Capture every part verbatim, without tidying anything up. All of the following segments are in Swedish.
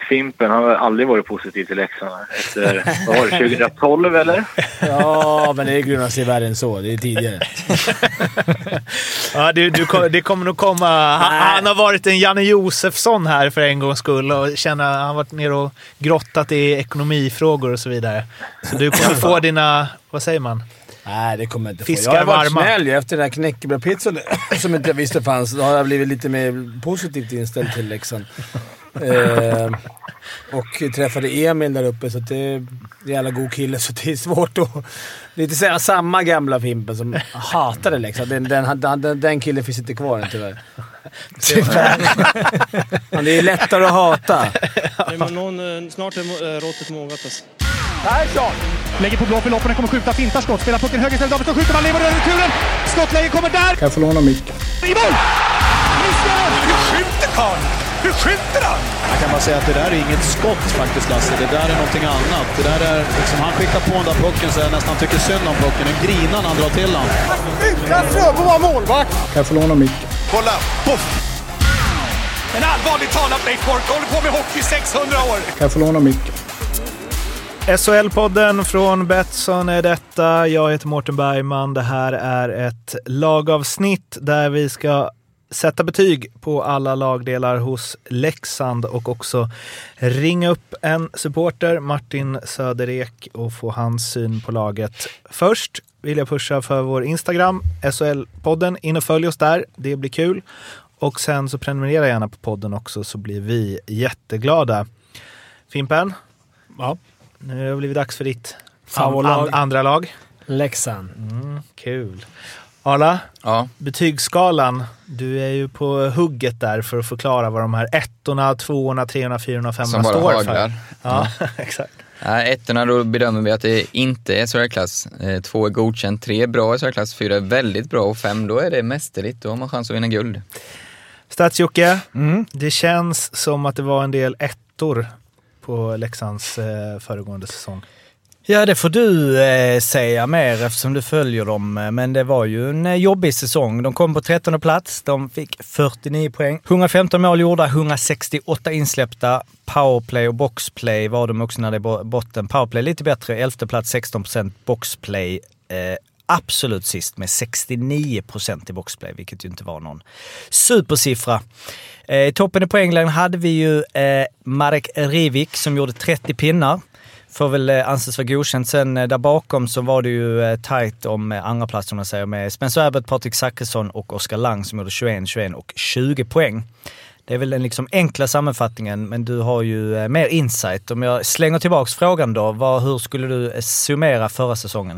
Fimpen har aldrig varit positiv till Leksand. Efter, vad var det, tjugohundratolv eller? Ja, men det är grundat sig värre än så. Det är tidigare. Ja, du, du, det kommer nog komma... Han, han har varit en Janne Josefsson här för en gångs skull och känner, han har varit ner och grottat i ekonomifrågor och så vidare. Så du kommer få dina... Vad säger man? Nej, det kommer jag inte få. Fiskar jag har varit varma. snäll efter den här knäckebrödpizzan som inte jag visste fanns. Då har jag blivit lite mer positivt inställd till Leksand. eh, och träffade Emil där uppe, så att det är en jävla god kille, så det är svårt att... Lite säga samma gamla Fimpen som hatade Leksand. Den, den, den, den killen finns inte kvar än, tyvärr. Men det är lättare att hata. Men någon, snart är råttet mogat alltså. Persson! Lägger på blå för loppen, kommer skjuta, fintar skott. Spelar pucken höger istället, Davidsson skjuter, man lever över returen. Skottläge kommer där. Kan jag få låna micken? I mål! Hur skjuter Karl? Hur skjuter han? Jag kan bara säga att det där är inget skott faktiskt, Lasse. Det där är någonting annat. Det där är liksom, han skickar på den där pucken så jag nästan tycker synd om pucken. En grinan han drar till han. Utan Fröbo var målvakt. Kan jag få låna micken? Kolla! Puff! En allvarligt talat Leif Boork håller på med hockey i sexhundra år. Kan jag få låna micken? S H L-podden från Betsson är detta. Jag heter Mårten Bergman. Det här är ett lagavsnitt där vi ska sätta betyg på alla lagdelar hos Leksand och också ringa upp en supporter, Martin Söderek, och få hans syn på laget. Först vill jag pusha för vår Instagram, S H L-podden. In och följ oss där, det blir kul. Och sen så prenumerera gärna på podden också, så blir vi jätteglada. Fimpen? Ja. Nu har det blivit dags för ditt favoritlag. andra lag. Leksand. Mm, kul. Arla, ja. Betygsskalan. Du är ju på hugget där för att förklara vad de här ettorna, tvåorna, treorna, fyrorna, femmorna står för. Som bara haglar. Ja, ja. Exakt. Ja, ettorna, då bedömer vi att det inte är S H L-klass. Eh, två är godkänt, tre är bra S H L-klass, fyra är väldigt bra och fem då är det mästerligt. Då har man chans att vinna guld. Stadsjocke, Mm. det känns som att det var en del ettor på Leksands eh, föregående säsong. Ja, det får du eh, säga mer eftersom du följer dem. Men det var ju en eh, jobbig säsong. De kom på trettonde plats. De fick fyrtionio poäng. hundrafemton mål gjorda, hundrasextioåtta insläppta. Powerplay och boxplay var de också när det är botten. Powerplay lite bättre, elfte plats sexton procent. Boxplay eh, absolut sist med sextionio procent i boxplay, vilket ju inte var någon supersiffra. I eh, toppen i poänglägen hade vi ju eh, Marek Rivik som gjorde trettio pinnar. Får väl eh, anses vara godkänt. Sen eh, där bakom så var det ju eh, tajt om eh, andra platser, man säger, med Spencer Abbott, Patrik Zackrisson och Oskar Lang som gjorde tjugoett, tjugoett och tjugo poäng. Det är väl den liksom enkla sammanfattningen, men du har ju eh, mer insight. Om jag slänger tillbaks frågan då, vad, hur skulle du eh, summera förra säsongen?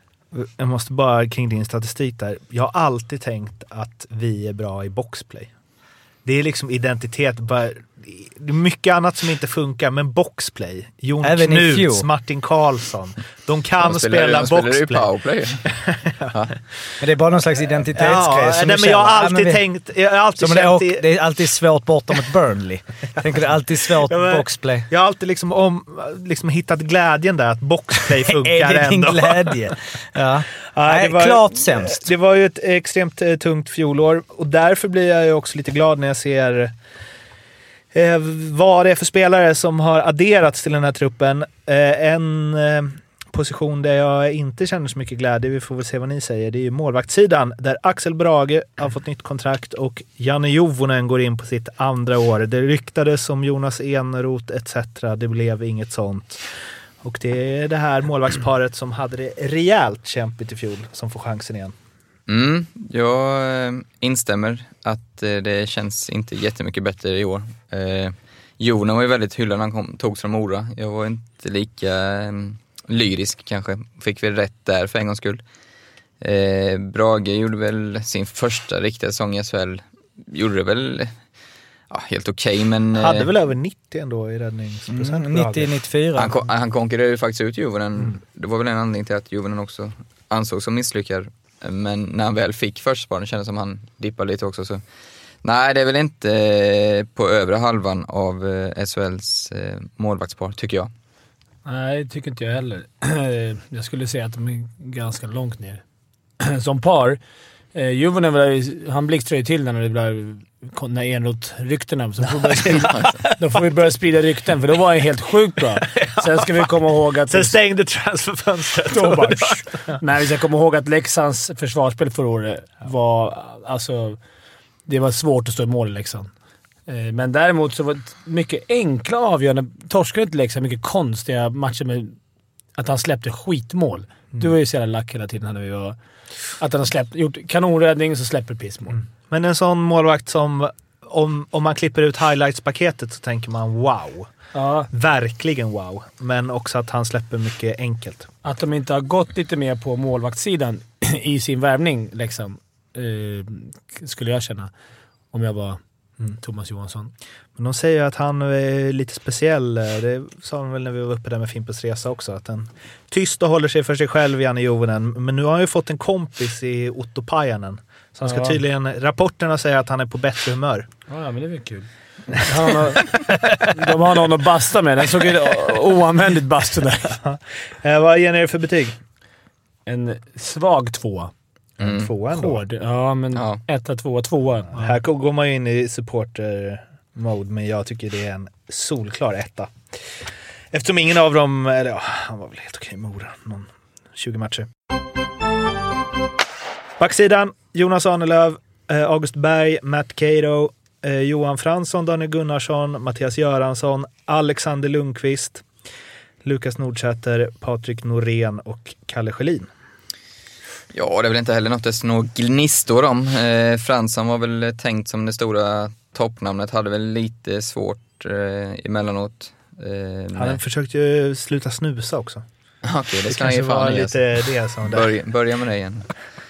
Jag måste bara kring din statistik där. Jag har alltid tänkt att vi är bra i boxplay. Det är liksom identitet. Bara, det är mycket annat som inte funkar, men boxplay. Jon Även Knuts, Martin Karlsson. De kan de spela spelar, boxplay. De powerplay. Ja. Men det är bara någon slags identitetsgrej. Ja, som nej, men jag har alltid vi, tänkt... Jag har alltid som känt det, är, det är alltid svårt bortom ett Burnley. Jag tänker det är alltid svårt ja, boxplay. Jag har alltid liksom, om, liksom hittat glädjen där att boxplay funkar ändå. Är det din glädje? Ja. Nej, det var, klart sämst. Det var ju ett extremt eh, tungt fjolår och därför blir jag ju också lite glad när jag ser eh, vad det är för spelare som har adderats till den här truppen. Eh, en eh, position där jag inte känner så mycket glädje, vi får väl se vad ni säger, det är ju målvaktssidan där Axel Brage har fått nytt kontrakt och Janne Jovonen går in på sitt andra år. Det ryktades om Jonas Eneroth et cetera. Det blev inget sånt. Och det är det här målvaktsparet som hade det rejält kämpigt i fjol som får chansen igen. Mm, jag instämmer att det känns inte jättemycket bättre i år. Eh, Jonas var ju väldigt hyllad när han kom, togs från Mora. Jag var inte lika eh, lyrisk kanske. Fick väl rätt där för en gångs skull. Eh, Brage gjorde väl sin första riktiga säsong i S H L. Gjorde det väl... Ja, helt okej, okay, men... Hade väl över nittio ändå i räddningsprocent. Mm, nittio nittiofyra. Han, han konkurrerade ju faktiskt ut Juvonen. Mm. Det var väl en anledning till att Juvonen också ansågs som misslyckad. Men när han väl fick första kändes som han dippade lite också. Så. Nej, det är väl inte på övre halvan av S H L:s målvaktspar, tycker jag. Nej, det tycker inte jag heller. Jag skulle säga att de är ganska långt ner. Som par Eh, Juvonen, han blixtrar ju till när det blev när Enroth-ryktena. Så får sprida, då får vi börja sprida rykten, för då var han helt sjukt bra. Sen ska vi komma ihåg att... Sen stängde transferfönstret. Nej, vi ska komma ihåg att Leksands försvarsspel förra året var... Alltså, det var svårt att stå i mål i Leksand. Eh, men däremot så var det mycket enkla avgörande. Torskade inte Leksand mycket konstiga matcher med att han släppte skitmål. Mm. Du var ju så jävla lack hela tiden när vi var... Att han har släppt, gjort kanonräddning så släpper pissmål. Mm. Men en sån målvakt som, om, om man klipper ut highlights-paketet så tänker man wow. Ja. Verkligen wow. Men också att han släpper mycket enkelt. Att de inte har gått lite mer på målvaktssidan i sin värvning, liksom, eh, skulle jag känna om jag var mm. Thomas Johansson. Men de säger att han är lite speciell. Det sa de väl när vi var uppe där med Fimpens Resa också. Att den tyst och håller sig för sig själv, Janne Juvonen. Men nu har han ju fått en kompis i Otto Pajanen. Så han ska ja. tydligen, rapporterna säger att han är på bättre humör. Ja, men det är väl kul. Han har, de har någon att basta med. Den såg ju oanvändigt bastu där. eh, vad ger ni det för betyg? En svag tvåa. Mm. Tvåa ändå? Hård. Ja, men ja. etta, tvåa, tvåa. Ja. Här går man ju in i supporter-mode, men jag tycker det är en solklar etta. Eftersom ingen av dem, eller ja, han var väl helt okej med Mora, någon tjugo matcher. Backsidan, Jonas Ahnelöv, eh, August Berg, Matt Cato, eh, Johan Fransson, Daniel Gunnarsson, Mattias Göransson, Alexander Lundqvist, Lukas Nordsäter, Patrik Norén och Kalle Schelin. Ja, det är väl inte heller något det snå gnistor om. Eh, Fransson var väl tänkt som det stora toppnamnet, hade väl lite svårt eh, emellanåt. Eh, Han försökte ju sluta snusa också. Okej, okay, det, det ska han ge fan i. Lite alltså. det som börja, börja med det igen.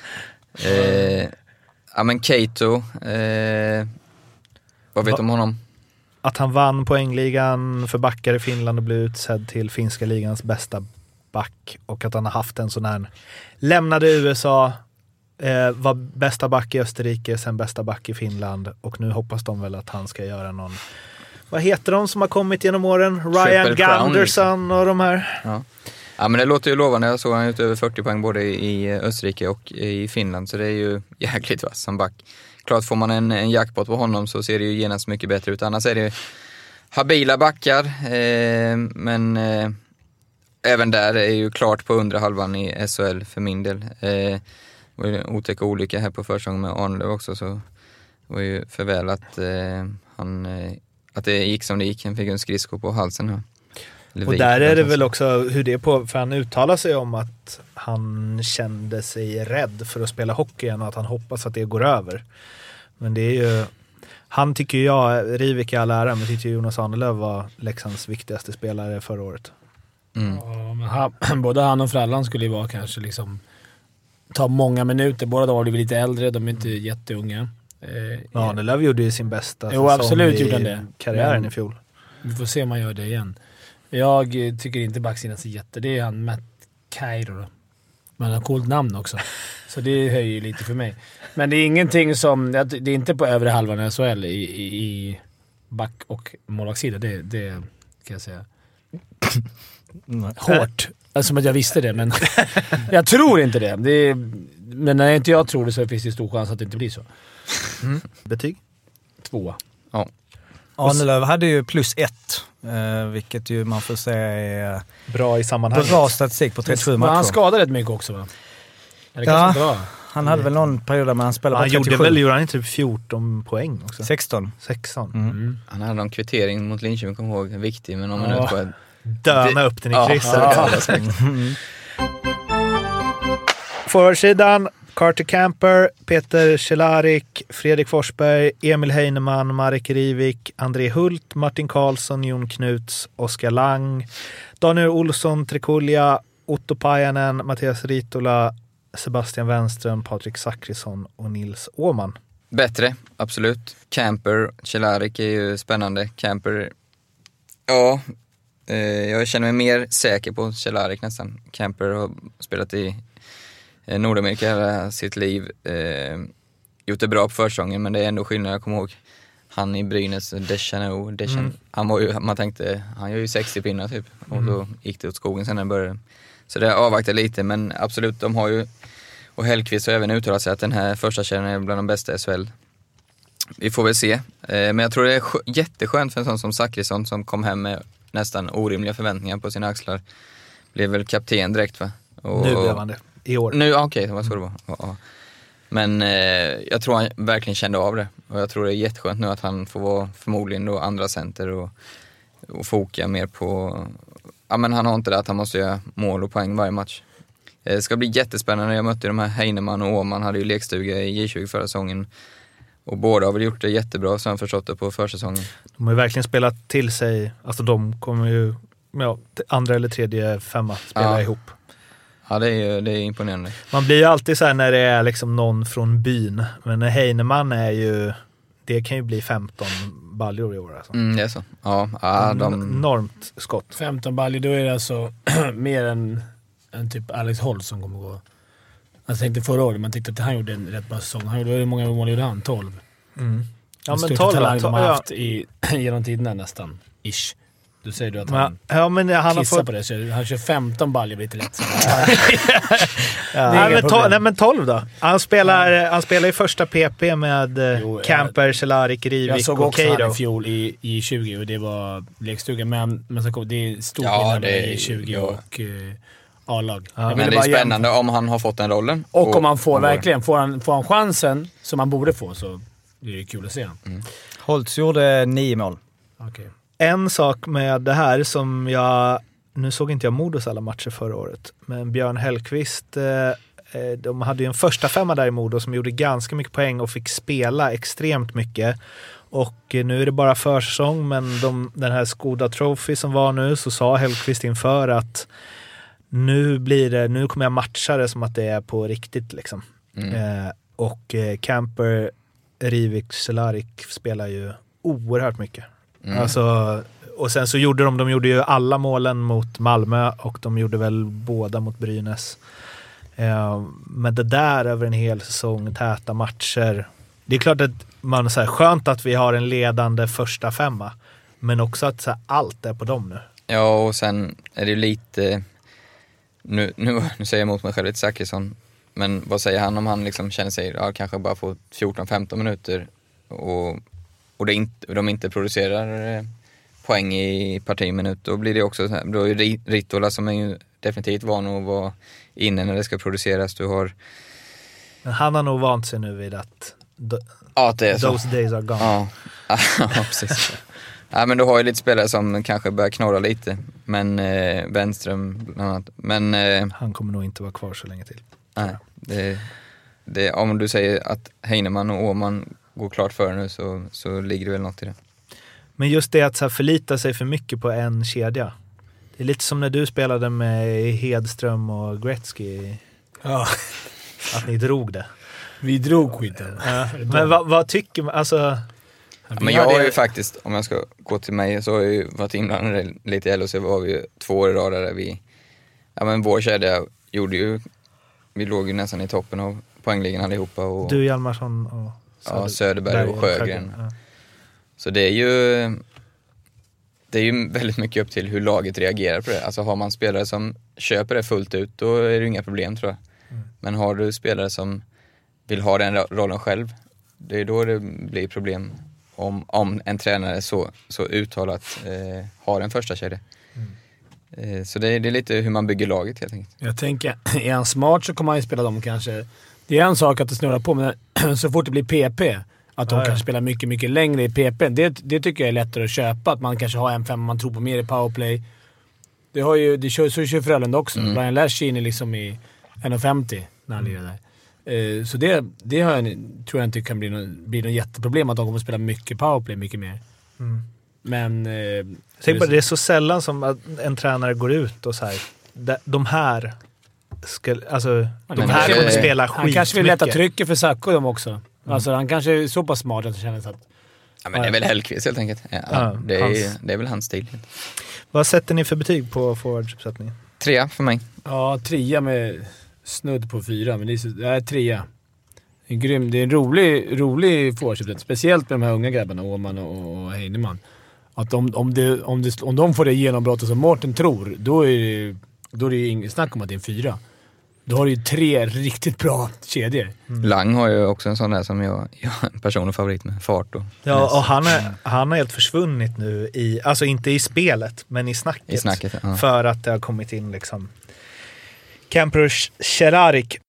Eh, ja, men Cato, eh, vad vet du om honom? Att han vann poängligan för backar i Finland och blev utsedd till finska ligans bästa back, och att han har haft en sån här, lämnade U S A, eh, var bästa back i Österrike, sen bästa back i Finland, och nu hoppas de väl att han ska göra någon, vad heter de som har kommit genom åren? Ryan Ganderson och de här. Ja. Ja, men det låter ju lovande. Jag såg han ut över fyrtio poäng både i Österrike och i Finland, så det är ju jäkligt vass som back. Klart, får man en, en jackpot på honom så ser det ju genast mycket bättre ut. Annars är det ju habila backar, eh, men eh, även där är ju klart på undre halvan i S H L för min del. Eh, det var ju en otäck olycka här på försäsongen med Arnlöv också, så det var ju för väl att, eh, han, eh, att det gick som det gick. Han fick en skridsko på halsen här. Och där är det väl också hur det är på, för han uttalar sig om att han kände sig rädd för att spela hockey igen och att han hoppas att det går över. Men det är ju, han tycker jag, Rivik i all ära, men tycker Jonas Ahnelöv var Leksands viktigaste spelare förra året. Mm. Ja, men han, både han och Frallan skulle ju vara kanske liksom ta många minuter. Båda de har blivit lite äldre, de är inte mm. jätteunga. Eh, ja, Ahnelöv gjorde ju sin bästa jo, absolut gjorde han det. Karriären i fjol. Vi får se om man gör det igen. Jag tycker inte backsidan så jätte. Det är han Matt Cairo då. Men han har coolt namn också. Så det höjer ju lite för mig. Men det är ingenting som... Det är inte på övre halvan i S H L i, i, i back- och målvaktssida. Det, det kan jag säga. Hårt. Alltså som att jag visste det, men jag tror inte det. det är, men när inte jag tror det så finns det stor chans att det inte blir så. Mm. Betyg? Två. Ja. Arnelöv hade ju plus ett, eh, vilket ju man får säga är bra i sammanhanget. Bra statistik på trettiosju matcher. Han skadade rätt mycket också, va? Är det ja, bra? Han hade väl någon period där han spelade han på trettiosju. Gjorde väl, gjorde han inte typ fjorton poäng också? sexton. sexton. Mm. Mm. Han hade någon kvittering mot Linköping, kommer ihåg, viktig, men om man ja. nu på döna upp den i ja, krysset. Ja, ja. mm. Forwardsidan, Carter Camper, Peter Cehlárik, Fredrik Forsberg, Emil Heinemann, Marek Rivik, André Hult, Martin Karlsson, Jon Knuts, Oskar Lang, Daniel Olsson, Trekulja, Otto Pajanen, Mattias Ritola, Sebastian Wenström, Patrik Zackrisson och Nils Åman. Bättre, absolut. Camper, Cehlárik är ju spännande. Camper, ja, eh, jag känner mig mer säker på Cehlárik nästan. Camper har spelat i Nordamerika hela sitt liv. Eh, gjort det bra på försäsongen, men det är ändå skillnad. Jag kommer ihåg han i Brynäs, Deschanel, Deschanel. Mm. Han var ju, man tänkte, han gör ju sextio pinnar typ. Och mm. då gick det åt skogen sen när det började. Så det avvaktar lite, men absolut, de har ju Och Hellqvist har även uttalat sig att den här första kedjan är bland de bästa i S H L. Vi får väl se. Eh, men jag tror det är skö- jätteskönt för en sån som Zachrisson som kom hem med nästan orimliga förväntningar på sina axlar. Blev väl kapten direkt, va? Och, Nu blev han det. I år. Nu, okej, okay, det var så det var. Ja, ja. Men eh, jag tror han verkligen kände av det. Och jag tror det är jätteskönt nu att han får vara förmodligen då andra center och, och foka mer på... Ja, men han har inte det att han måste göra mål och poäng varje match. Det ska bli jättespännande. Jag mötte de här Heinemann och Åman, hade ju lekstuga i J tjugo förra säsongen. Och båda har väl gjort det jättebra, så han förstått det på försäsongen. De har ju verkligen spelat till sig. Alltså de kommer ju, ja, andra eller tredje femma spela ja. ihop. Ja, det är, det är imponerande. Man blir ju alltid så här när det är liksom någon från byn. Men när Heinemann är ju, det kan ju bli femton baljor i år. Alltså. Mm, det är så. Ja, ja de... Enormt skott. femton baljor, då är det alltså mer än, än typ Alex Holst som kommer gå. Jag tänkte förra året, man tyckte att han gjorde en rätt bra säsong. Han gjorde, hur många mål gjorde han? tolv. Mm. Ja, Den men största tolv talang de har ja. haft i, genom tiderna nästan. Ish. Du säger du att Men, han ja, men han har kissar fått... på det, så han kör femton baljor lite lätt. ja. nej, men to- nej men tolv då. Han spelar, ja. han spelar i första P P med jo, Camper, jag, Cehlarik, Rivik och Keido. Jag såg också han i fjol i J tjugo och det var lekstuga. Men, men så kom, det är stor ja, skillnad med J tjugo ja. och uh, A-lag. Ja, men det är spännande jämnt. Om han har fått den rollen. Och, och om han får, och verkligen, får han, får han chansen som han borde få, så det är kul att se. Mm. Holtz gjorde nio mål. Okay. En sak med det här som jag... Nu såg inte jag Modos alla matcher förra året. Men Björn Hellqvist, eh, de hade ju en första femma där i Modo som gjorde ganska mycket poäng och fick spela extremt mycket. Och eh, nu är det bara försäsong, men de, den här Skoda Trophy som var nu, så sa Hellqvist inför att nu blir det, nu kommer jag matcha det som att det är på riktigt liksom. Mm. Eh, och eh, Camper, Rivik, Cehlarik spelar ju oerhört mycket. Mm. Alltså, och sen så gjorde de, de gjorde ju alla målen mot Malmö och de gjorde väl båda mot Brynäs. Eh, men det där över en hel säsong, täta matcher. Det är klart att man så här, skönt att vi har en ledande första femma, men också att så här, allt är på dem nu. Ja, och sen är det lite nu, nu, nu säger jag emot mig själv lite Zachrisson, men vad säger han om han liksom känner sig, ja, kanske bara får fjorton femton minuter och och det inte, de inte producerar poäng i partiminut, då blir det också så här, då är det Ritola som är ju definitivt van att vara inne när det ska produceras. Du har... Men han har nog vant sig nu vid att do, ja, det är those så. days are gone. Ja, ja precis. Ja, men du har ju lite spelare som kanske börjar knorra lite, men eh, Wenström bland annat. Men, eh, han kommer nog inte vara kvar så länge till. Nej, det, det, om du säger att Heinemann och Åman går klart för nu, så, så ligger det väl något i det. Men just det att så här förlita sig för mycket på en kedja. Det är lite som när du spelade med Hedström och Gretzky. Ja. Att ni drog det. Vi drog skiten. Ja. Men vad, vad tycker man? Alltså... Ja, men jag har ju faktiskt, om jag ska gå till mig, så har jag ju varit inblandad lite i L O C. Var vi ju två år i rad där vi... Ja, men vår kedja gjorde ju... Vi låg ju nästan i toppen av poängligan allihopa. Och, du, Hjalmarsson och... Söder, ja, Söderberg och Sjögren. Ja. Så det är ju det är ju väldigt mycket upp till hur laget reagerar på det. Alltså har man spelare som köper det fullt ut, då är det inga problem, tror jag. Mm. Men har du spelare som vill ha den rollen själv, det är då det blir problem om, om en tränare så, så uttalat eh, har en första kedja. Mm. Eh, så det är, det är lite hur man bygger laget helt enkelt. Jag tänker, är han smart så kommer han ju spela dem kanske. Det är en sak att det snurrar på, men så fort det blir P P, att de ja, kanske ja. spelar mycket, mycket längre i P P, det, det tycker jag är lättare att köpa. Att man kanske har en fem man tror på mer i powerplay. Det har ju, det kör, så kör Frölunda också. Mm. Brian Lashin är liksom i en femtio när han lirar där. Uh, så det, det har jag, tror jag inte kan bli något, bli något jätteproblem, att de kommer att spela mycket powerplay, mycket mer. Mm. Men... Uh, Tänk på, det är så sällan som att en tränare går ut och så här, de här... Ska, alltså, de han här kommer spela skit. Han kanske vill lätta trycket för Sacco dem också. Mm. Alltså, han kanske är så pass smart att det känns att... Ja, men det är väl Hellqvist helt enkelt. Ja, ja, det, är, hans... det är väl hans stil. Vad sätter ni för betyg på forwardsuppsättningen? Trea för mig. Ja, trea med snudd på fyra. Men det är, det är trea. Det är en grym, det är en rolig, rolig forwardsuppsättning. Speciellt med de här unga grabbarna, Åman och, och Heinemann. Att om, om, det, om, det, om de får det genombrottet som Mårten tror, då är det, då är det inget snack om att det är en fyra. Då har du ju tre riktigt bra kedjor. Mm. Lang har ju också en sån där som jag, jag har en personlig favorit med fart och Ja, och han, är, han har helt försvunnit nu i, alltså inte i spelet, men i snacket. I snacket, ja. För att det har kommit in liksom Kemper Cehlarik.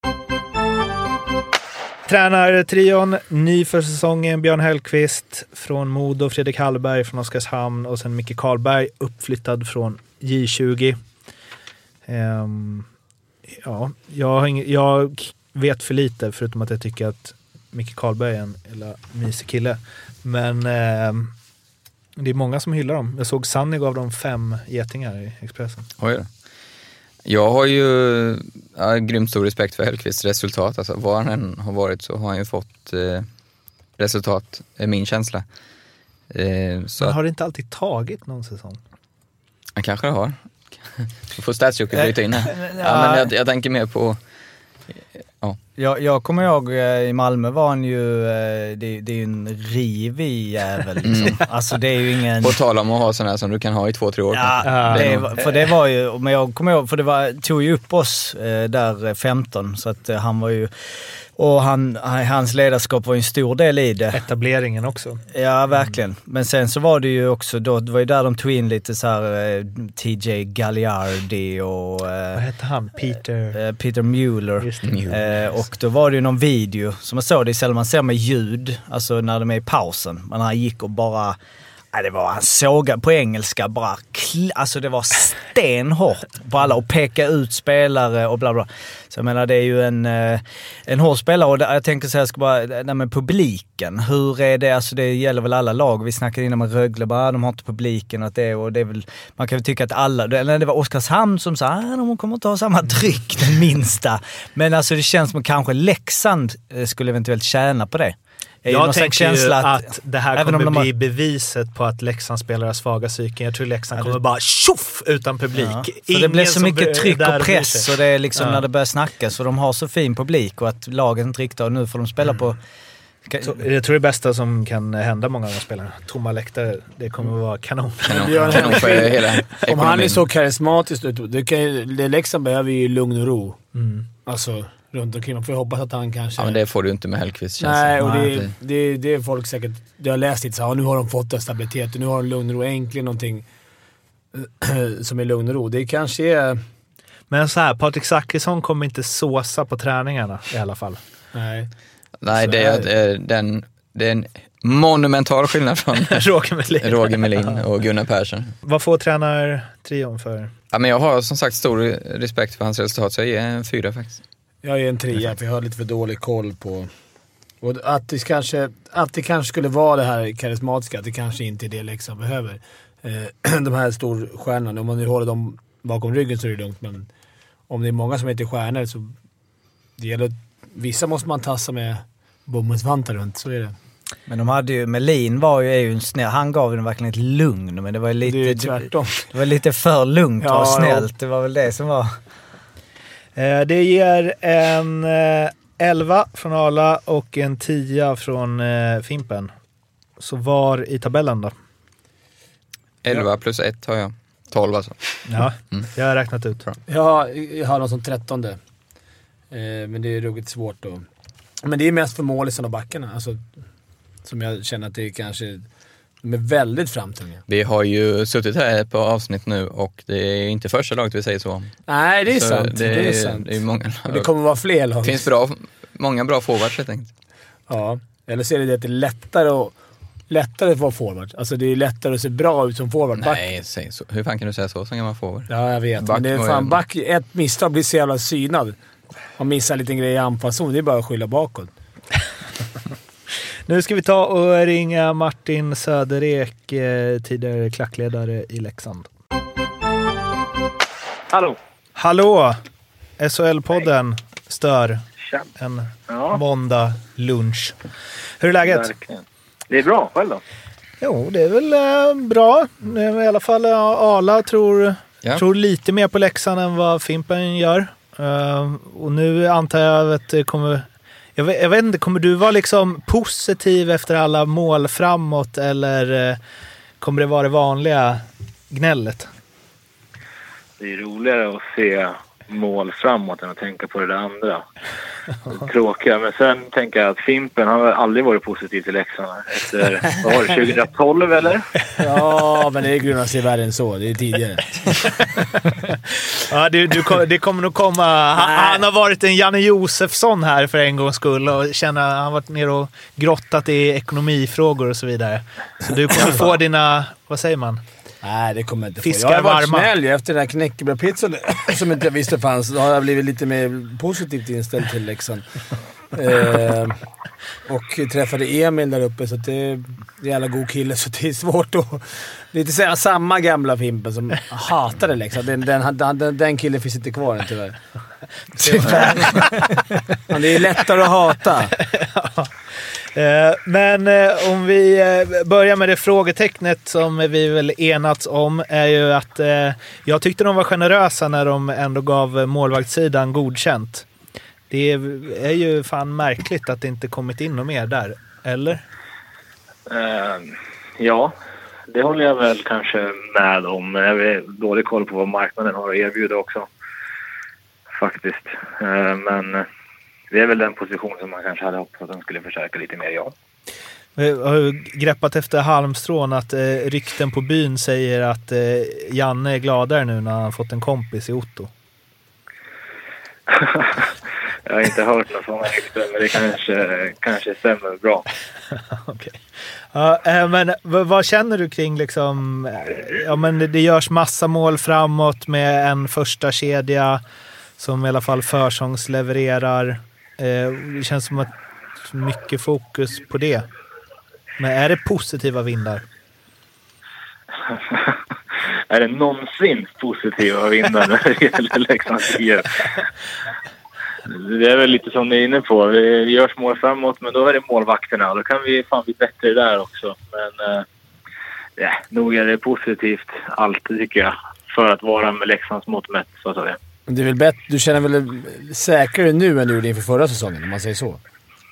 Tränartrion, ny för säsongen, Björn Hellkvist från Modo, Fredrik Hallberg från Oskarshamn och sen Micke Karlberg uppflyttad från J tjugo. Um, ja, jag, har ing- jag vet för lite förutom att jag tycker att Micke Karlberg är en eller mysig kille. Men um, det är många som hyllar dem. Jag såg Sanny gav dem fem getingar i Expressen. Oj då. Jag har ju ja, grymt stor respekt för Hellkvists resultat. Alltså, var han än har varit så har han ju fått eh, resultat, är min känsla. Eh, så Men har det inte alltid tagit någon säsong? Han kanske det har. Du får Statsjocke bryta in här. Ja, men jag, jag tänker mer på... Ja. Jag, jag kommer ihåg i Malmö var han ju, det, det är ju en rivig jävel liksom. Mm. Alltså det är ju ingen... På tal om att ha sådana här som du kan ha i två, tre år. Ja, det det nog... för det var ju, men jag kommer ihåg, för det var, tog ju upp oss där femton, så att han var ju, och han, hans ledarskap var ju en stor del i det. Etableringen också. Ja, verkligen. Mm. Men sen så var det ju också, då, det var ju där de tog in lite så här T J Gagliardi och... Vad hette han? Peter... Peter Mueller. Eh, och då var det ju någon video som man såg, det är sällan man ser med ljud, alltså när de är i pausen. Men han gick och bara... Nej, det var, han sågade på engelska bara, kl- alltså det var stenhårt på alla och peka ut spelare och bla bla. Så jag menar, det är ju en, en hård spelare, och det, jag tänker så här, jag ska bara, nej men publiken, hur är det, alltså det gäller väl alla lag, vi snackade innan med Rögle, bara de har inte publiken, att det, och det är väl, man kan väl tycka att alla, eller det var Oskarshamn som sa, ah, de kommer inte ha samma tryck, den minsta, men alltså det känns som kanske Leksand skulle eventuellt tjäna på det. Jag tänker ju att, att det här kommer de bli har... beviset på att Leksand spelar har svaga psyken. Jag tror Leksand kommer bara tjoff utan publik. Ja, för det blir så mycket tryck och press, och det är liksom ja. När det börjar snackas, för de har så fin publik och att laget inte riktigt, och nu får de spela mm. på... Så, jag tror det bästa som kan hända många av de spelarna, tomma läktare, det kommer att vara kanon. kanon. kanon för hela Om han är så karismatisk, det, kan, det Leksand behöver ju lugn och ro. Mm. Alltså... runt omkring. Man får hoppas att han kanske... Ja, men det får du inte med Hellkvist. Nej, och det, det, det, det är folk säkert... Jag har läst lite så här, nu har de fått en stabilitet och nu har de lugn och ro. Äntligen någonting som är lugn och ro. Det kanske är... Men så här, Patrik Zackrisson kommer inte såsa på träningarna i alla fall. Nej. Nej, det är, det, är, den, det är en monumental skillnad från Roger Melin. Roger Melin och Gunnar Persson. Vad får tränartrion för? Ja, men jag har som sagt stor respekt för hans resultat, så jag ger en fyra faktiskt. Jag är en trea, för jag har lite för dålig koll på... Och att det kanske, att det kanske skulle vara det här karismatiska, att det kanske inte är det Leksand behöver. Eh, de här storstjärnorna, om man nu håller dem bakom ryggen så är det lugnt, men om det är många som inte är stjärnor så det gäller, vissa måste man tassa med bomullsvantar runt, så är det. Men de hade ju, Melin var ju, är ju en snäll, han gav ju verkligen ett lugn, men det var lite, det, tvärtom. Det var lite för lugnt ja, och snällt, det var väl det som var... Det ger en elva från Arla och en tia från Fimpen. Så var i tabellen då? elva plus ett har jag. tolv alltså. Ja, mm. jag har räknat ut. Ja, jag har någon som trettonde. Men det är ruggigt svårt då. Men det är mest för målisen och backarna. Alltså, som jag känner att det är kanske... De är väldigt framtunga. Vi har ju suttit här på avsnitt nu och det är inte första laget vi säger så om. Nej, det är så sant. Det, det är sant. Det, är många och det kommer vara fler lag. Det finns bra, många bra forwards helt enkelt. Ja, eller så är det att det är lättare att, lättare att vara forward. Alltså det är lättare att se bra ut som forward. Back. Nej, säg så. Hur fan kan du säga så som gammal forward? Ja, jag vet. Back, men det är fan back. Ett misstag blir så jävla synad. Man missar en liten grej i anfallszon. Det är bara att skylla bakåt. Nu ska vi ta och ringa Martin Söderek, eh, tidigare klackledare i Leksand. Hallå. Hallå! S H L-podden stör Tja. en ja. måndag lunch. Hur är läget? Verkligen. Det är bra, själv då? Jo, det är väl eh, bra. I alla fall uh, Arla tror, ja. tror lite mer på Leksand än vad Fimpen gör. Uh, och nu antar jag att det kommer... Jag vet, jag vet inte, kommer du vara liksom positiv efter alla mål framåt, eller eh, kommer det vara det vanliga gnället? Det är roligare att se mål framåt än att tänka på det där andra. Tråkiga. Men sen tänker jag att Fimpen har aldrig varit positiv till Leksand. Efter, vad var det, tjugohundratolv eller? Ja, men det är grundast i världen så. Det är tidigare. Ja, det, du, det kommer nog komma... Han, han har varit en Janne Josefsson här för en gångs skull och känner, han har varit ner och grottat i ekonomifrågor och så vidare. Så du kommer få dina... Vad säger man? Nej, det kommer inte få. Fiskar jag har varit varma. snäll efter den här knäckebrödpizzan som inte jag visste fanns. Då har jag blivit lite mer positivt inställd till Leksand. eh, och träffade Emil där uppe, så att det är en jävla god kille, så det är svårt att... Lite säga samma gamla Fimpen som hatade Leksand. Den, den, den, den killen finns inte kvar än, tyvärr. Tyvärr. Men det är lättare att hata. Men om vi börjar med det frågetecknet som vi väl enats om, är ju att jag tyckte de var generösa när de ändå gav målvaktssidan godkänt. Det är ju fan märkligt att det inte kommit in något mer där, eller? Uh, ja, det håller jag väl kanske med om. Jag har dålig koll på vad marknaden har att erbjuda också. Faktiskt. Uh, men... Det är väl den position som man kanske hade hoppats att de skulle försöka lite mer, ja. Jag har greppat efter halmstrån att eh, rykten på byn säger att eh, Janne är gladare nu när han fått en kompis i Otto. Jag har inte hört något sådana rykten, men det kanske, kanske stämmer bra. Okay. Ja, äh, men v- vad känner du kring liksom, ja, men det, det görs massa mål framåt med en första kedja som i alla fall försångslevererar. Det känns som att mycket fokus på det. Men är det positiva vindar? Är det någonsin positiva vindar när det gäller Leksand? Det är väl lite som ni är inne på. Vi gör mål framåt, men då är det målvakterna. Då kan vi fan bli bättre där också. Men ja, nog är det positivt allt, tycker jag. För att vara med Leksands mått mätt, så att säga. Det är väl bättre, du känner väl säkrare nu än du gjorde inför förra säsongen, om man säger så?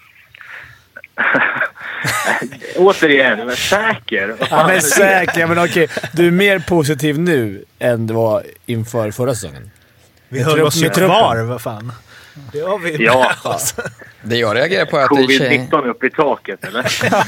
Återigen, men säker. Ja, men säker, men okej. Du är mer positiv nu än det var inför förra säsongen. Vi höll oss ju kvar, vad fan. Det har vi. Ja. Det jag reagerar på är att covid nitton upp i taket, eller?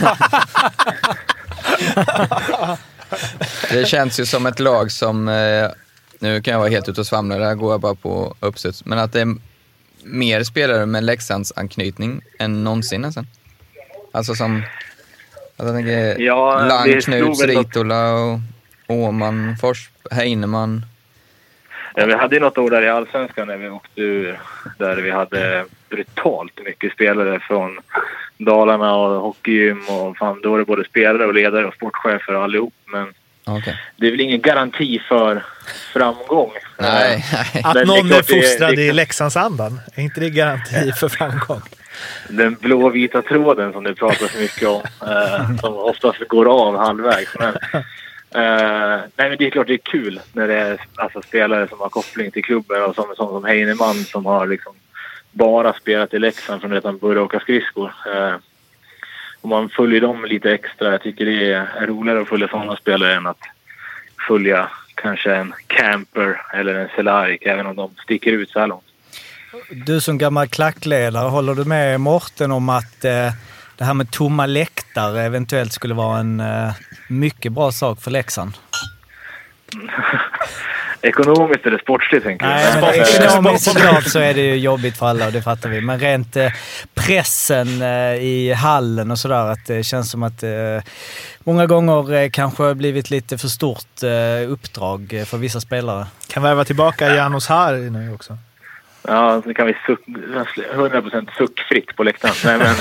Det känns ju som ett lag som... Eh, nu kan jag vara helt ute och svamla, där går jag bara på uppstuds. Men att det är mer spelare med Leksands anknytning än någonsin nästan. Alltså som... Att jag tänker ja, Lang, Knuts, Ritola och Åman, Fors, Heinemann. Ja, vi hade ju något år där i Allsvenskan när vi åkte ur, där vi hade brutalt mycket spelare från Dalarna och hockeygym och fan, då var det både spelare och ledare och sportchefer och allihop, men okay. Det är väl ingen garanti för framgång. Nej, nej. Att men någon är, är fostrad det, det, i Leksandsandan, är inte det garanti för framgång? Den blåvita tråden som det pratas mycket om, eh, som oftast går av halvvägs, men Uh, nej, men det är klart det är kul när det är alltså, spelare som har koppling till klubben och som, som, som Heinemann som har liksom bara spelat i Leksand från redan började åka skridskor. Uh, och man följer dem lite extra. Jag tycker det är, är roligare att följa sådana spelare än att följa kanske en Camper eller en Cehlárik, även om de sticker ut så här långt. Du som gammal klackledare, håller du med Morten om att eh, det här med tomma läktare eventuellt skulle vara en eh, mycket bra sak för Leksand? Ekonomiskt eller sportsligt, tänker jag. Nej, men ekonomiskt såklart så är det ju jobbigt för alla och det fattar vi. Men rent eh, pressen eh, i hallen och sådär, att det känns som att eh, många gånger eh, kanske har blivit lite för stort eh, uppdrag för vissa spelare. Kan värva tillbaka Janos här nu också? Ja, så kan vi suck, hundra procent suckfritt på läktaren. Nej, men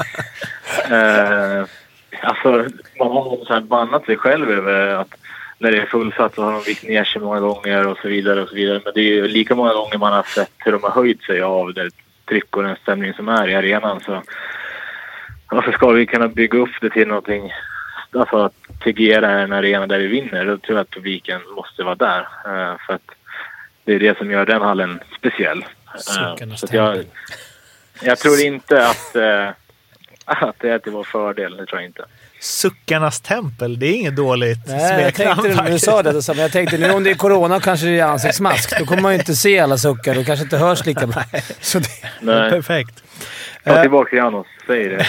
eh, alltså, man har så här bannat sig själv över att när det är fullsatt så har de vikt ner sig många gånger och så vidare och så vidare. Men det är ju lika många gånger man har sett hur de har höjt sig av det tryck och den stämning som är i arenan. Så varför ska vi kunna bygga upp det till någonting, alltså att T G är en arena där vi vinner, då tror jag att publiken måste vara där. Uh, för att det är det som gör den hallen speciell. Uh, så att jag, jag tror inte att uh, att det är till vår fördel, det tror jag inte. Suckarnas tempel, det är inget dåligt Nej, jag tänkte när du sa det, så jag tänkte nu om det är corona kanske det är ansiktsmask. Då kommer man ju inte se alla suckar och kanske inte hörs lika bra. Så det Nej. Perfekt. Ta tillbaka till Janos, säg det.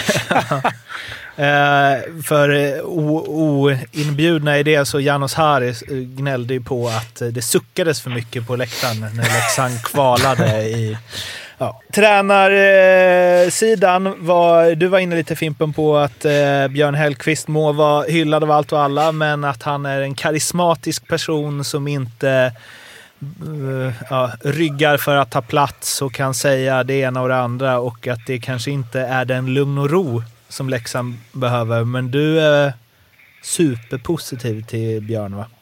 Uh, för oinbjudna i det så Janos Harris gnällde ju på att det suckades för mycket på läktaren när Leksand kvalade i... Ja. Tränarsidan var, du var inne lite Fimpen på att eh, Björn Hellkvist må vara hyllad av allt och alla, men att han är en karismatisk person som inte uh, ja, ryggar för att ta plats och kan säga det ena och det andra, och att det kanske inte är den lugn och ro som Leksand behöver. Men du är superpositiv till Björn, va?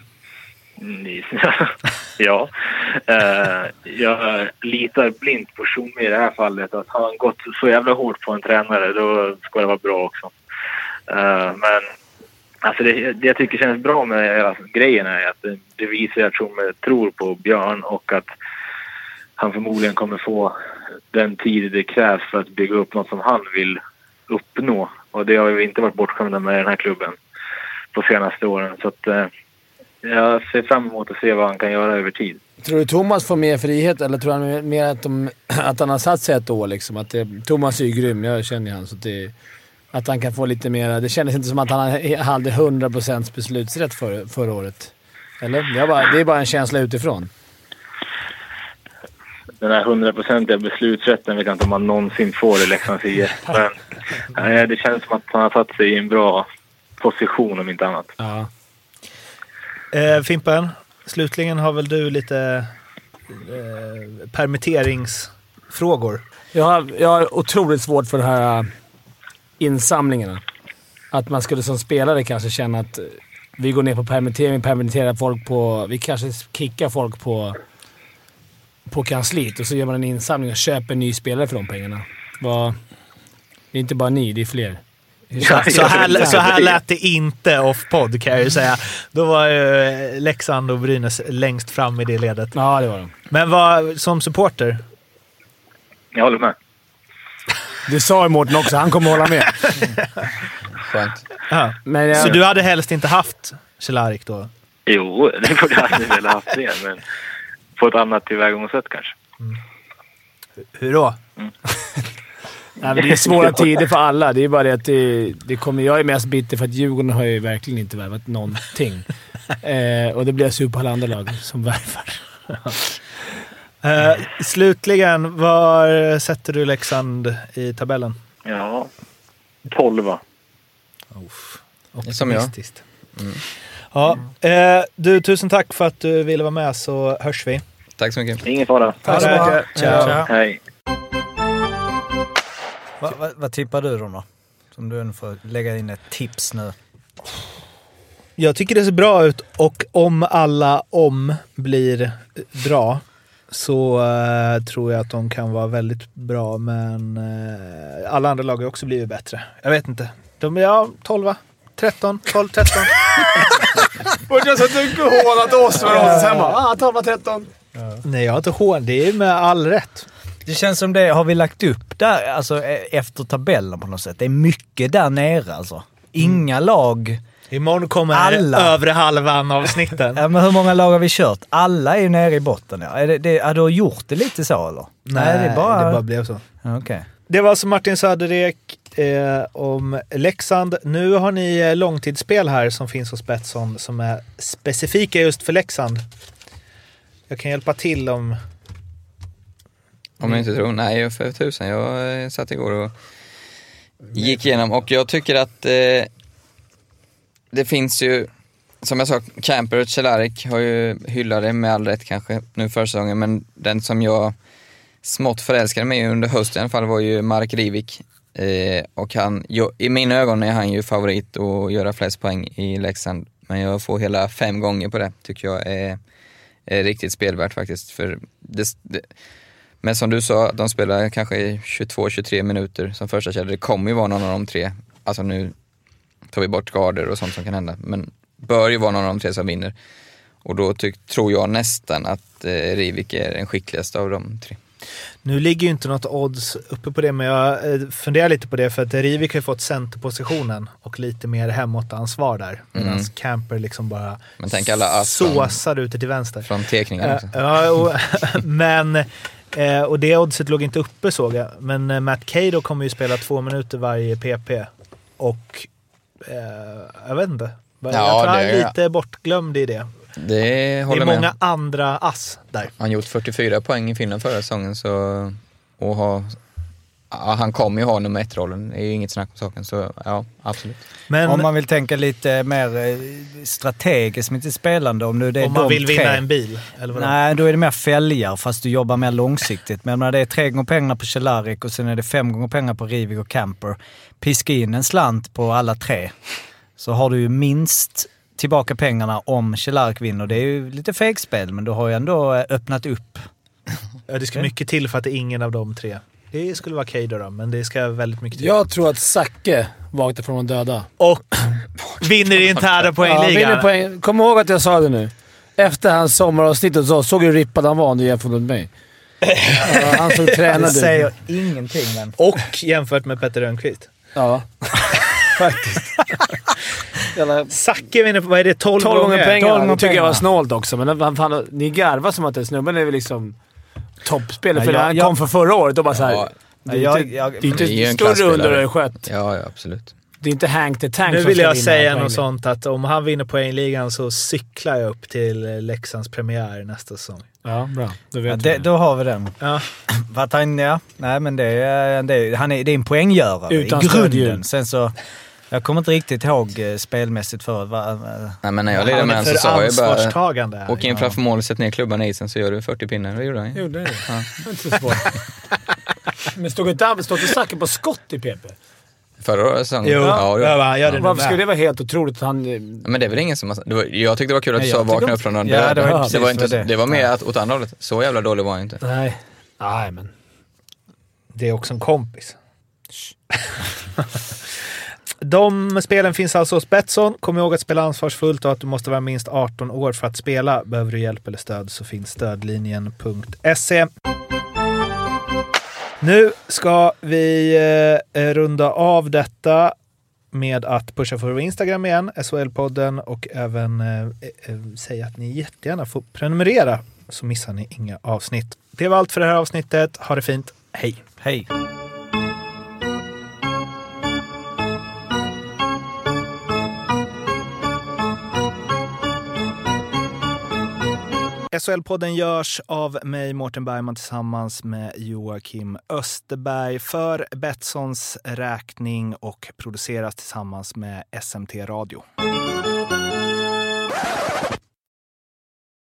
Ja, uh, jag litar blint på Tjomme i det här fallet. Att har han gått så jävla hårt på en tränare, då ska det vara bra också. Uh, men alltså det, det jag tycker känns bra med hela grejen är att det, det visar att Tjomme tror på Björn och att han förmodligen kommer få den tid det krävs för att bygga upp något som han vill uppnå. Och det har vi inte varit bortskämda med den här klubben på senaste åren. Så att uh, jag ser fram emot att se vad han kan göra över tid. Tror du Thomas får mer frihet, eller tror han mer att, de, att han har satt sig ett år? Liksom? Att det, Thomas är ju grym, jag känner han. Så att, det, att han kan få lite mer... Det kändes inte som att han hade hundra procent beslutsrätt för, förra året. Eller? Det, bara, det är bara en känsla utifrån. Den här hundraprocentiga beslutsrätten vet jag inte om man någonsin får i Leksands I F. Men nej, det känns som att han har satt sig i en bra position om inte annat. Ja. Eh, Fimpen, slutligen har väl du lite eh, permitteringsfrågor? Jag har, jag har otroligt svårt för de här insamlingarna. Att man skulle som spelare kanske känna att vi går ner på permittering, permitterar folk på... Vi kanske kickar folk på, på kansliet och så gör man en insamling och köper en ny spelare för de pengarna. Var, det är inte bara ni, det är fler. Så, så, här, så här lät det inte off-podd, kan jag ju säga. Då var ju Leksand och Brynäs längst fram i det ledet. Ja, det var de. Men vad, som supporter? Jag håller med. Det sa ju Mårten också, han kommer hålla med. Skönt. Ja. Men, jag... Så du hade helst inte haft Cehlarik då? Jo, det borde jag aldrig väl haft det, men på ett annat tillvägagångssätt kanske. Mm. Hur då? Mm. Nej, men det är svåra tider för alla. Det är bara det att det, det kommer... Jag är mest bitter för att Djurgården har ju verkligen inte värvat någonting. eh, och det blir sur på alla andra lag som värvar. eh, slutligen, var sätter du Leksand i tabellen? Ja, tolva. Som jag. Mm. Ja, eh, du, tusen tack för att du ville vara med, så hörs vi. Tack så mycket. Ingen fara. Tack så mycket. Ciao. Ciao. Hej. Vad va, va tippar du då? Som du får lägga in ett tips nu. Jag tycker det ser bra ut, och om alla om blir bra så uh, tror jag att de kan vara väldigt bra, men uh, alla andra lag har också blivit bättre. Jag vet inte. De är ja, tolv, tretton, tolv, tretton. Borde jag så att du inte hånat oss för oss hemma? Ah, tolv, tretton. Ja. Nej, jag har inte hån. Det är med all rätt. Det känns som det har vi lagt upp där, alltså efter tabellen på något sätt. Det är mycket där nere alltså. Inga mm. lag. Imorgon kommer alla. Övre halvan av snitten. Ja, men hur många lag har vi kört? Alla är ju nere i botten. Ja. Är det, det, har du gjort det lite så eller? Nej, Nej det, är bara... det bara blev så. Okay. Det var alltså Martin Söderek eh, om Leksand. Nu har ni eh, långtidsspel här som finns hos Betsson som är specifika just för Leksand. Jag kan hjälpa till om... Om jag inte tror, nej, för tusen. Jag eh, satt igår och gick igenom, och jag tycker att eh, det finns ju, som jag sa, Camper och Cehlarik har ju hyllade med all rätt kanske nu för säsongen, men den som jag smått förälskade mig under hösten i alla fall var ju Mark Rivik. Eh, och han, jo, i mina ögon är han ju favorit att göra flest poäng i Leksand, men jag får hela fem gånger på det, tycker jag är, är riktigt spelvärt faktiskt. För det, det Men som du sa, de spelar kanske tjugotvå till tjugotre minuter som första kedja. Det kommer ju vara någon av de tre. Alltså nu tar vi bort skador och sånt som kan hända. Men bör ju vara någon av de tre som vinner. Och då ty- tror jag nästan att eh, Rivik är den skickligaste av de tre. Nu ligger ju inte något odds uppe på det, men jag funderar lite på det för att Rivik har fått centerpositionen och lite mer hemåtansvar där. Medan mm. Camper liksom bara men tänk alla såsar ute till vänster. Från tekningen också. Uh, ja, och, men, uh, och det oddset låg inte uppe såg jag. Men uh, Matt Cato kommer ju spela två minuter varje P P. Och uh, jag vet inte. Jag ja, tror han är det, lite bortglömd i det. Det håller det är många med. andra ass där. Han gjort fyrtiofyra poäng i Finland förra säsongen så, och ha, ja, han kommer ju ha nummer ett-rollen. Det är ju inget snack om saken, så ja, absolut. Men om man vill tänka lite mer strategiskt med sitt spelande, om, nu det är om man de vill tre, vinna en bil? Eller vad nej, då är det mer fälgar fast du jobbar mer långsiktigt. Men när det är tre gånger pengar på Cehlarik och sen är det fem gånger pengar på Rivik och Camper. Piska in en slant på alla tre så har du ju minst tillbaka pengarna om Cehlarik vinner. Det är ju lite fegspel, men du har ju ändå öppnat upp. Ja, det ska mycket till för att det är ingen av de tre. Det skulle vara Cato då, men det ska väldigt mycket till. Jag tror att Zacke vaknar från de döda. Och vinner i interna poängligan. Ja, vinner poäng. Kom ihåg att jag sa det nu. Efter hans sommaravsnitt så såg hur rippad han var när jämfört med mig. Ja, han såg tränad ut. Det säger ingenting, men. Och jämfört med Petter Rönnqvist. Ja, faktiskt. Zacke vinner på, vad är det, tolv, tolv gånger pengar. tolv gånger det tycker jag var snålt också, men fan, fan, ni garvar som att det snubben är väl liksom toppspelare. Ja, för jag, han kom jag, för förra året och bara såhär. Ja, det är jag, inte, jag, det är inte det är större under det skött. Ja, ja, absolut. Det är inte Hank the Tank. Nu vill jag säga något sånt att om han vinner poängligan så cyklar jag upp till Leksands premiär nästa säsong. Ja, bra. Då, vet ja, det, då har vi den. Ja. Att han, ja, nej men det är, det är, han är, det är en poänggörare utan i grunden. Sen så, jag kommer inte riktigt ihåg spelmässigt för va, nej, men när jag ledde med så sa jag bara åk in framför mål och sätt ner klubban i isen så gör du fyrtio pinnar. Det gjorde han. Gjorde det. Ja. Det är inte så svårt. Men stod inte stod och Zacke på skott i P P? Förra säsongen? Jo, ja, ja, ja, det varför skulle det vara helt otroligt att han... Ja, men det är väl ingen som... Har, det var, jag tyckte det var kul att du sa vakna upp från den ja, döda. det var, det var, inte, det. det var mer att åt andra hållet. Så jävla dålig var han inte. Nej. Nej, men... Det är också en kompis. De spelen finns alltså hos Betsson. Kom ihåg att spela ansvarsfullt och att du måste vara minst arton år för att spela. Behöver du hjälp eller stöd så finns stödlinjen punkt se. Nu ska vi eh, runda av detta med att pusha för vår Instagram igen, S H L-podden, och även eh, eh, säga att ni jättegärna får prenumerera så missar ni inga avsnitt. Det var allt för det här avsnittet. Ha det fint. Hej. Hej. S H L-podden görs av mig, Mårten Bergman, tillsammans med Joakim Österberg för Betssons räkning och produceras tillsammans med S M T Radio.